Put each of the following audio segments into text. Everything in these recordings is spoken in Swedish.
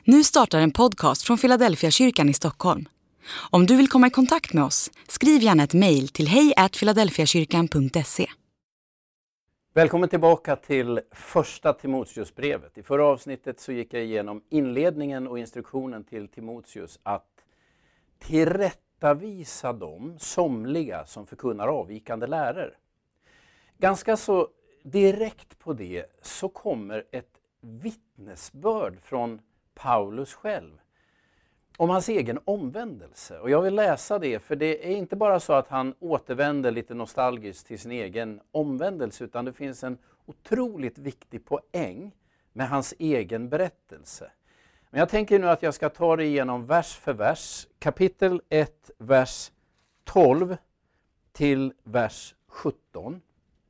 Nu startar en podcast från Philadelphia kyrkan i Stockholm. Om du vill komma i kontakt med oss, skriv gärna ett mejl till hej@philadelphiakyrkan.se. Välkommen tillbaka till första Timoteusbrevet. I förra avsnittet så gick jag igenom inledningen och instruktionen till Timoteus att tillrättavisa dem, somliga som förkunnar avvikande läror. Ganska så direkt på det så kommer ett vittnesbörd från Paulus själv om hans egen omvändelse. Och jag vill läsa det, för det är inte bara så att han återvänder lite nostalgiskt till sin egen omvändelse, utan det finns en otroligt viktig poäng med hans egen berättelse. Men jag tänker nu att jag ska ta det igenom vers för vers. Kapitel 1, vers 12 till vers 17.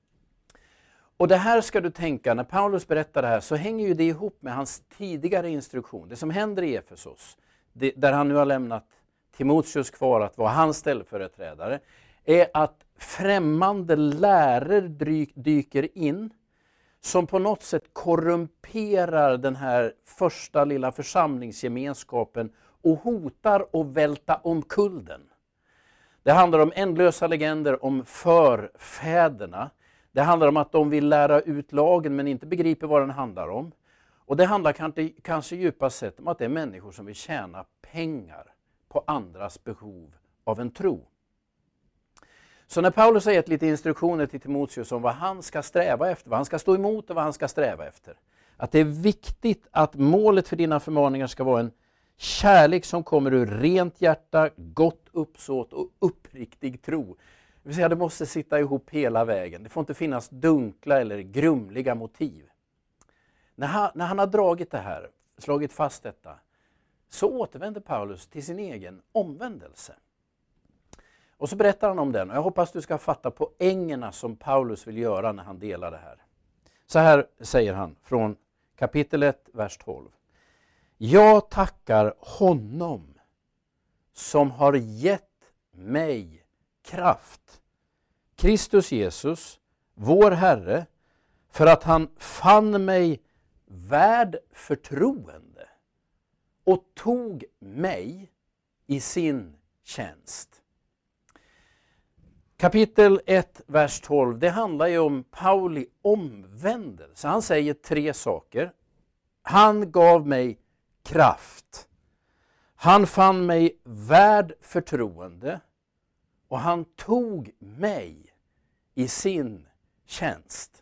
Och det här ska du tänka, när Paulus berättar det här så hänger ju det ihop med hans tidigare instruktion. Det som händer i Efesos, där han nu har lämnat Timoteus kvar att vara hans ställföreträdare, är att främmande läror dyker in som på något sätt korrumperar den här första lilla församlingsgemenskapen och hotar att välta omkull den. Det handlar om ändlösa legender om förfäderna. Det handlar om att de vill lära ut lagen men inte begriper vad den handlar om. Och det handlar kanske djupast sett om att det är människor som vill tjäna pengar på andras behov av en tro. Så när Paulus har gett lite instruktioner till Timoteus om vad han ska sträva efter, vad han ska stå emot och vad han ska sträva efter. Att det är viktigt att målet för dina förmaningar ska vara en kärlek som kommer ur rent hjärta, gott uppsåt och uppriktig tro. Det vill säga, det måste sitta ihop hela vägen. Det får inte finnas dunkla eller grumliga motiv. När han har dragit det här, slagit fast detta, så återvänder Paulus till sin egen omvändelse. Och så berättar han om den. Och jag hoppas du ska fatta poängerna som Paulus vill göra när han delar det här. Så här säger han från kapitel 1, vers 12. Jag tackar honom som har gett mig kraft, Kristus Jesus, vår Herre, för att han fann mig värd förtroende och tog mig i sin tjänst. Kapitel 1, vers 12, det handlar ju om Pauli omvändelse. Han säger 3 saker. Han gav mig kraft. Han fann mig värd förtroende. Och han tog mig i sin tjänst.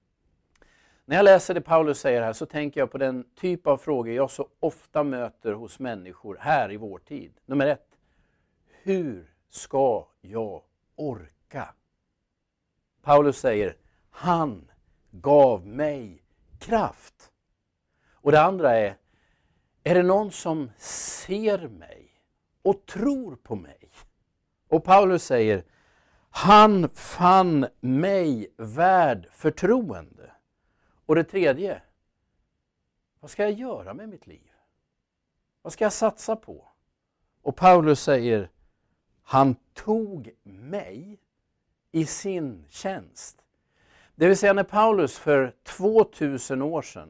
När jag läser det Paulus säger här så tänker jag på den typ av frågor jag så ofta möter hos människor här i vår tid. Nummer 1. Hur ska jag orka? Paulus säger, han gav mig kraft. Och det andra är det någon som ser mig och tror på mig? Och Paulus säger, han fann mig värd förtroende. Och det tredje, vad ska jag göra med mitt liv? Vad ska jag satsa på? Och Paulus säger, han tog mig i sin tjänst. Det vill säga när Paulus för 2000 år sedan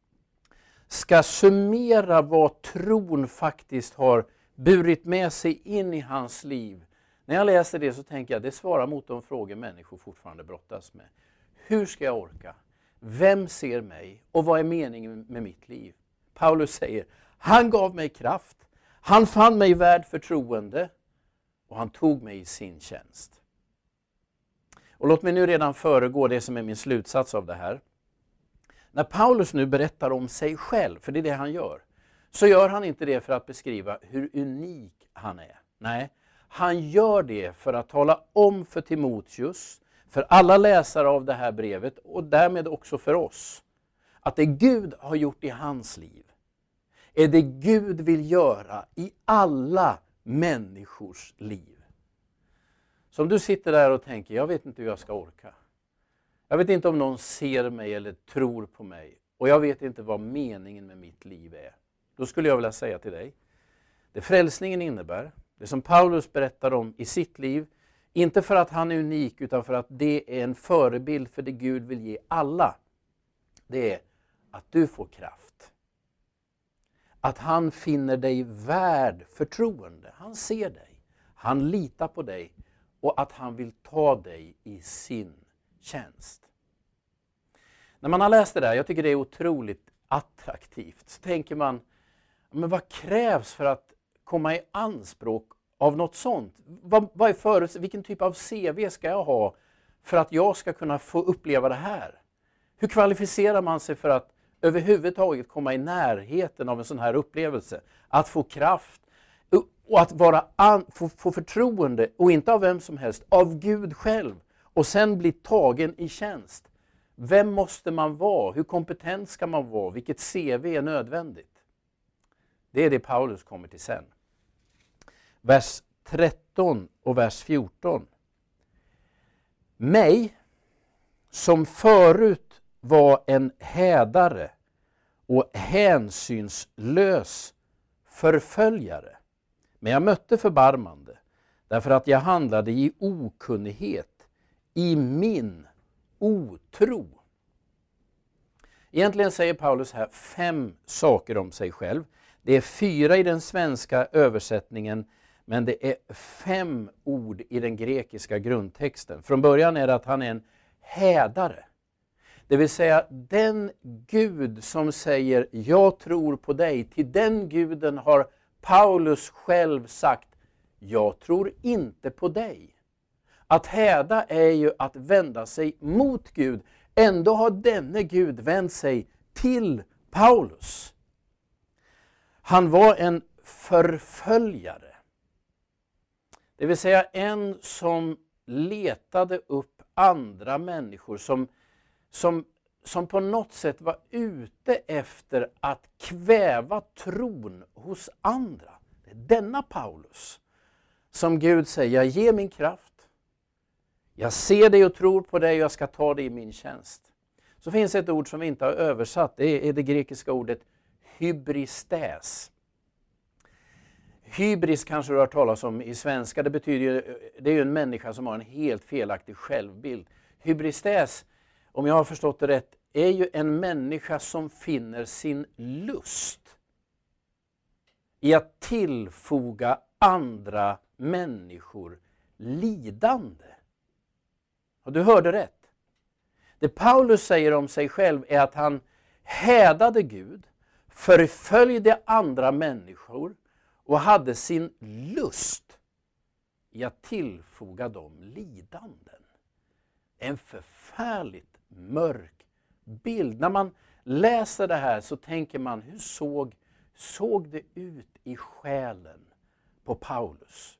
ska summera vad tron faktiskt har burit med sig in i hans liv. När jag läser det så tänker jag, det svarar mot de frågor människor fortfarande brottas med. Hur ska jag orka? Vem ser mig? Och vad är meningen med mitt liv? Paulus säger, han gav mig kraft. Han fann mig värd förtroende. Och han tog mig i sin tjänst. Och låt mig nu redan föregå det som är min slutsats av det här. När Paulus nu berättar om sig själv, för det är det han gör, så gör han inte det för att beskriva hur unik han är. Nej, han gör det för att tala om för Timoteus, för alla läsare av det här brevet och därmed också för oss, att det Gud har gjort i hans liv är det Gud vill göra i alla människors liv. Så om du sitter där och tänker, jag vet inte hur jag ska orka. Jag vet inte om någon ser mig eller tror på mig. Och jag vet inte vad meningen med mitt liv är. Då skulle jag vilja säga till dig, det frälsningen innebär, det som Paulus berättar om i sitt liv, inte för att han är unik utan för att det är en förebild för det Gud vill ge alla. Det är att du får kraft. att han finner dig värd förtroende. Han ser dig, han litar på dig och att han vill ta dig i sin tjänst. När man har läst det där, jag tycker det är otroligt attraktivt, så tänker man, men vad krävs för att komma i anspråk av något sånt? Vad är vilken typ av CV ska jag ha för att jag ska kunna få uppleva det här? Hur kvalificerar man sig för att överhuvudtaget komma i närheten av en sån här upplevelse? Att få kraft och att få förtroende, och inte av vem som helst, av Gud själv, och sen bli tagen i tjänst. Vem måste man vara? Hur kompetent ska man vara? Vilket CV är nödvändigt? Det är det Paulus kommer till sen. Vers 13 och vers 14. Mig, som förut var en hädare och hänsynslös förföljare, men jag mötte förbarmande därför att jag handlade i okunnighet, i min otro. Egentligen säger Paulus här 5 saker om sig själv. Det är 4 i den svenska översättningen, men det är 5 ord i den grekiska grundtexten. Från början är det att han är en hädare. Det vill säga den Gud som säger jag tror på dig, till den guden har Paulus själv sagt jag tror inte på dig. Att häda är ju att vända sig mot Gud. Ändå har denne Gud vänt sig till Paulus. Han var en förföljare. Det vill säga en som letade upp andra människor som på något sätt var ute efter att kväva tron hos andra. Det är denna Paulus som Gud säger, jag ger min kraft. Jag ser dig och tror på dig och jag ska ta dig i min tjänst. Så finns ett ord som vi inte har översatt. Det är det grekiska ordet hybristes. Hybris kanske du har hört talas om i svenska. Det är ju en människa som har en helt felaktig självbild. Hybristes, om jag har förstått det rätt, är ju en människa som finner sin lust i att tillfoga andra människor lidande. Och du hörde rätt. Det Paulus säger om sig själv är att han hädade Gud, förföljde andra människor och hade sin lust i att tillfoga dem lidanden. En förfärligt mörk bild. När man läser det här så tänker man, hur såg det ut i själen på Paulus?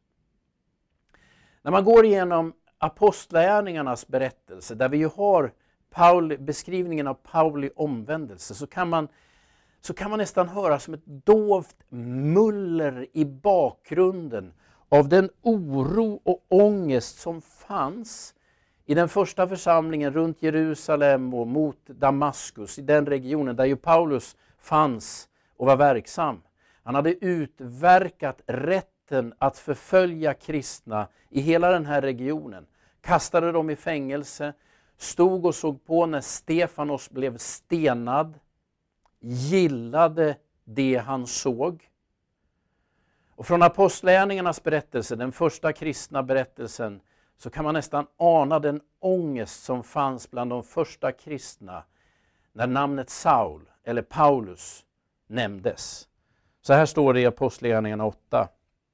När man går igenom apostlagärningarnas berättelse, där vi ju har beskrivningen av Pauli omvändelse, så kan man nästan höra som ett dovt muller i bakgrunden av den oro och ångest som fanns i den första församlingen runt Jerusalem och mot Damaskus, i den regionen där ju Paulus fanns och var verksam. Han hade utverkat rätten att förfölja kristna i hela den här regionen. Kastade dem i fängelse, stod och såg på när Stefanos blev stenad, gillade det han såg. Och från apostlagärningarnas berättelse, den första kristna berättelsen, så kan man nästan ana den ångest som fanns bland de första kristna när namnet Saul eller Paulus nämndes. Så här står det i apostlagärningarna 8.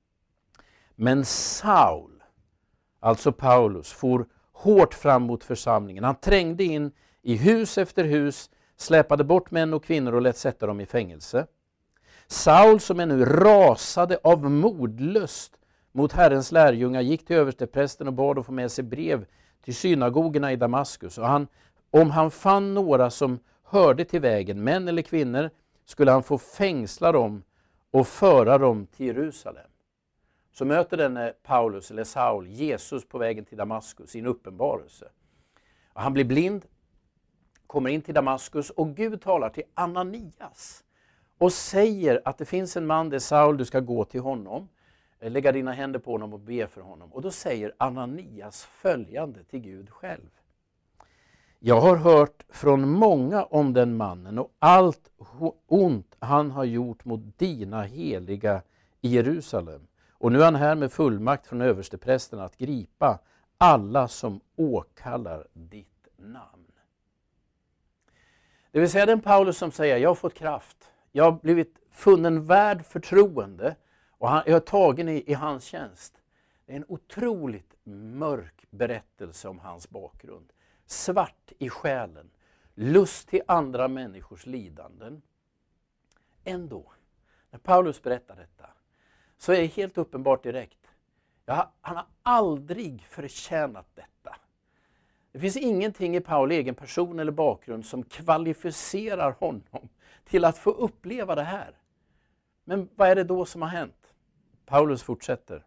Men Saul, alltså Paulus, for hårt fram mot församlingen. Han trängde in i hus efter hus, släpade bort män och kvinnor och lät sätta dem i fängelse. Saul, som nu rasade av modlust mot Herrens lärjungar, gick till översteprästen och bad att få med sig brev till synagogorna i Damaskus. Och om han fann några som hörde till vägen, män eller kvinnor, skulle han få fängsla dem och föra dem till Jerusalem. Så möter denne Paulus eller Saul Jesus på vägen till Damaskus i en uppenbarelse. Och han blir blind, kommer in till Damaskus och Gud talar till Ananias och säger att det finns en man, det är Saul, du ska gå till honom, lägga dina händer på honom och be för honom. Och då säger Ananias följande till Gud själv. Jag har hört från många om den mannen och allt ont han har gjort mot dina heliga i Jerusalem. Och nu är han här med fullmakt från översteprästen att gripa alla som åkallar ditt namn. Det vill säga den Paulus som säger, jag har fått kraft, jag har blivit funnen värd förtroende och jag är tagen i hans tjänst. Det är en otroligt mörk berättelse om hans bakgrund. Svart i själen, lust till andra människors lidanden. Ändå, när Paulus berättar detta, så är det helt uppenbart direkt. Han har aldrig förtjänat detta. Det finns ingenting i Paulus egen person eller bakgrund som kvalificerar honom till att få uppleva det här. Men vad är det då som har hänt? Paulus fortsätter.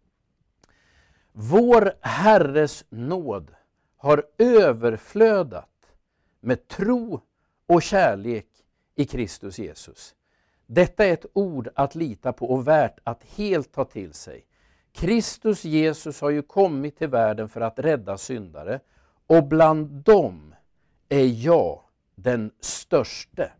Vår Herres nåd har överflödat med tro och kärlek i Kristus Jesus. Detta är ett ord att lita på och värt att helt ta till sig. Kristus Jesus har ju kommit till världen för att rädda syndare, och bland dem är jag den störste.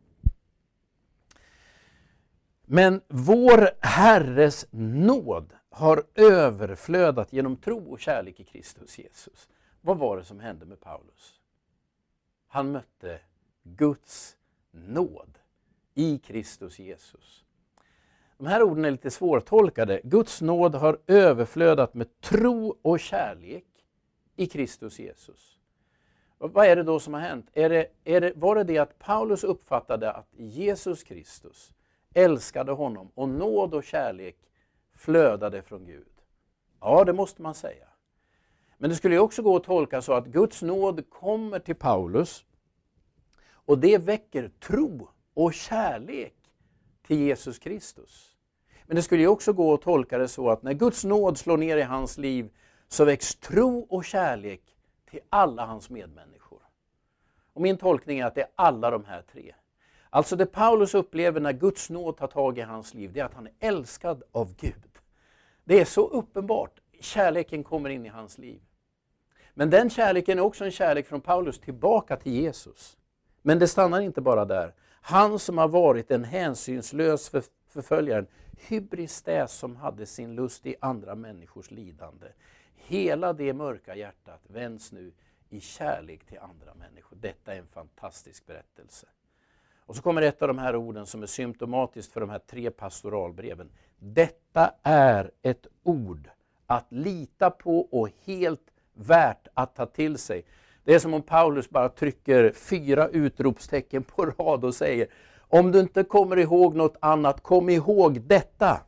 Men vår Herres nåd har överflödat genom tro och kärlek i Kristus Jesus. Vad var det som hände med Paulus? Han mötte Guds nåd i Kristus Jesus. De här orden är lite svårtolkade. Guds nåd har överflödat med tro och kärlek i Kristus Jesus. Och vad är det då som har hänt? Var det att Paulus uppfattade att Jesus Kristus älskade honom och nåd och kärlek flödade från Gud? Ja, det måste man säga. Men det skulle ju också gå att tolka så att Guds nåd kommer till Paulus och det väcker tro och kärlek till Jesus Kristus. Men det skulle ju också gå att tolka det så att när Guds nåd slår ner i hans liv så väcks tro och kärlek till alla hans medmänniskor. Och min tolkning är att det är alla de här tre. Alltså det Paulus upplever när Guds nåd tar tag i hans liv, det är att han är älskad av Gud. Det är så uppenbart. Kärleken kommer in i hans liv. Men den kärleken är också en kärlek från Paulus tillbaka till Jesus. Men det stannar inte bara där. Han som har varit en hänsynslös förföljare, hybristes som hade sin lust i andra människors lidande. Hela det mörka hjärtat vänds nu i kärlek till andra människor. Detta är en fantastisk berättelse. Och så kommer ett av de här orden som är symptomatiskt för de här 3 pastoralbreven. Detta är ett ord att lita på och helt värt att ta till sig. Det är som om Paulus bara trycker 4 utropstecken på rad och säger: om du inte kommer ihåg något annat, kom ihåg detta.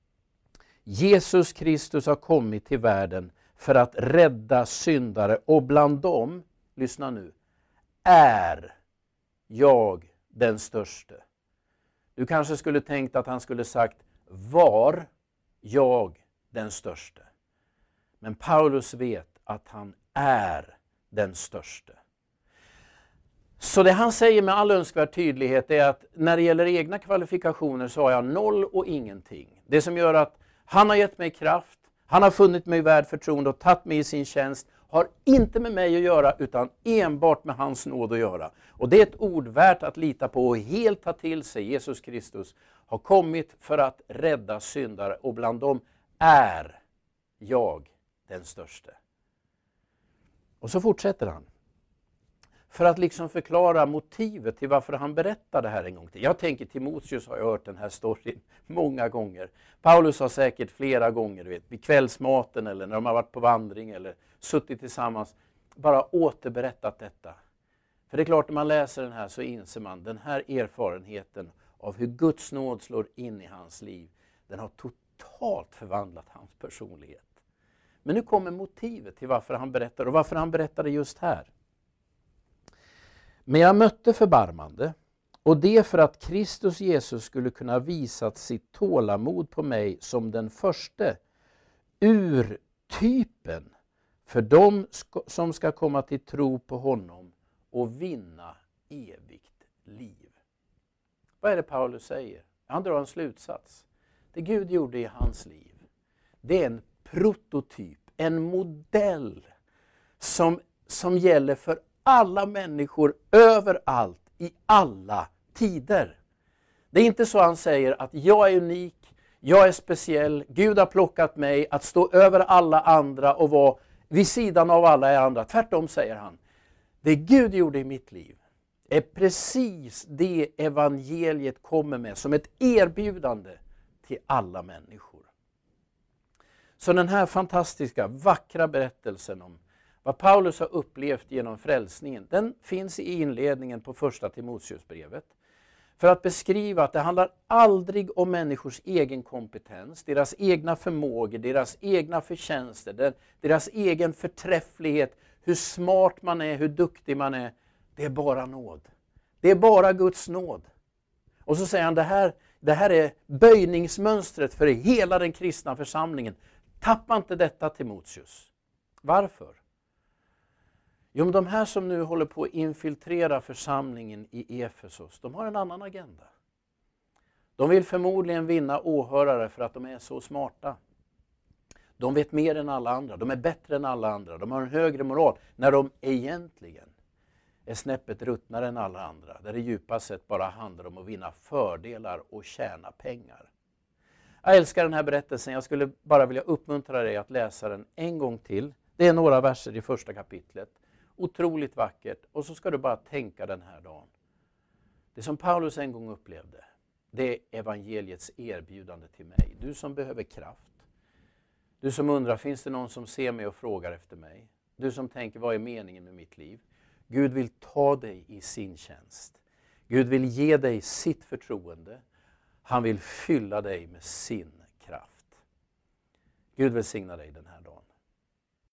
Jesus Kristus har kommit till världen för att rädda syndare, och bland dem, lyssna nu, är jag den störste. Du kanske skulle tänkt att han skulle sagt: var jag den störste. Men Paulus vet att han är den störste. Så det han säger med all önskvärd tydlighet är att när det gäller egna kvalifikationer så har jag 0 och ingenting. Det som gör att han har gett mig kraft, han har funnit mig värd förtroende och tagit mig i sin tjänst, har inte med mig att göra utan enbart med hans nåd att göra. Och det är ett ord värt att lita på och helt ta till sig. Jesus Kristus har kommit för att rädda syndare, och bland dem är jag den störste. Och så fortsätter han. För att liksom förklara motivet till varför han berättar det här en gång till. Jag tänker Timoteus har jag hört den här storyn många gånger. Paulus har säkert flera gånger, vid kvällsmaten eller när de har varit på vandring eller suttit tillsammans, bara återberättat detta. För det är klart, när man läser den här så inser man den här erfarenheten av hur Guds nåd slår in i hans liv. Den har totalt förvandlat hans personlighet. Men nu kommer motivet till varför han berättar, och varför han berättade just här. Men jag mötte förbarmande, och det för att Kristus Jesus skulle kunna visa sitt tålamod på mig som den första, urtypen för dem som ska komma till tro på honom och vinna evigt liv. Vad är det Paulus säger? Han drar en slutsats. Det Gud gjorde i hans liv, det är en prototyp, en modell som gäller för alla människor överallt i alla tider. Det är inte så han säger att jag är unik, jag är speciell, Gud har plockat mig att stå över alla andra och vara vid sidan av alla andra. Tvärtom säger han, det Gud gjorde i mitt liv är precis det evangeliet kommer med som ett erbjudande till alla människor. Så den här fantastiska, vackra berättelsen om vad Paulus har upplevt genom frälsningen, den finns i inledningen på första Timoteusbrevet. För att beskriva att det handlar aldrig om människors egen kompetens, deras egna förmågor, deras egna förtjänster, deras egen förträfflighet, hur smart man är, hur duktig man är. Det är bara nåd. Det är bara Guds nåd. Och så säger han, det här är böjningsmönstret för hela den kristna församlingen. Tappa inte detta, Timoteus. Varför? Jo, men de här som nu håller på att infiltrera församlingen i Efesos, de har en annan agenda. De vill förmodligen vinna åhörare för att de är så smarta. De vet mer än alla andra, de är bättre än alla andra, de har en högre moral. När de egentligen är snäppet ruttnare än alla andra. Där det djupast sett bara handlar om att vinna fördelar och tjäna pengar. Jag älskar den här berättelsen, jag skulle bara vilja uppmuntra dig att läsa den en gång till. Det är några verser i första kapitlet. Otroligt vackert. Och så ska du bara tänka den här dagen. Det som Paulus en gång upplevde, det är evangeliets erbjudande till mig. Du som behöver kraft. Du som undrar, finns det någon som ser mig och frågar efter mig? Du som tänker, vad är meningen med mitt liv? Gud vill ta dig i sin tjänst. Gud vill ge dig sitt förtroende. Han vill fylla dig med sin kraft. Gud välsigna dig den här dagen.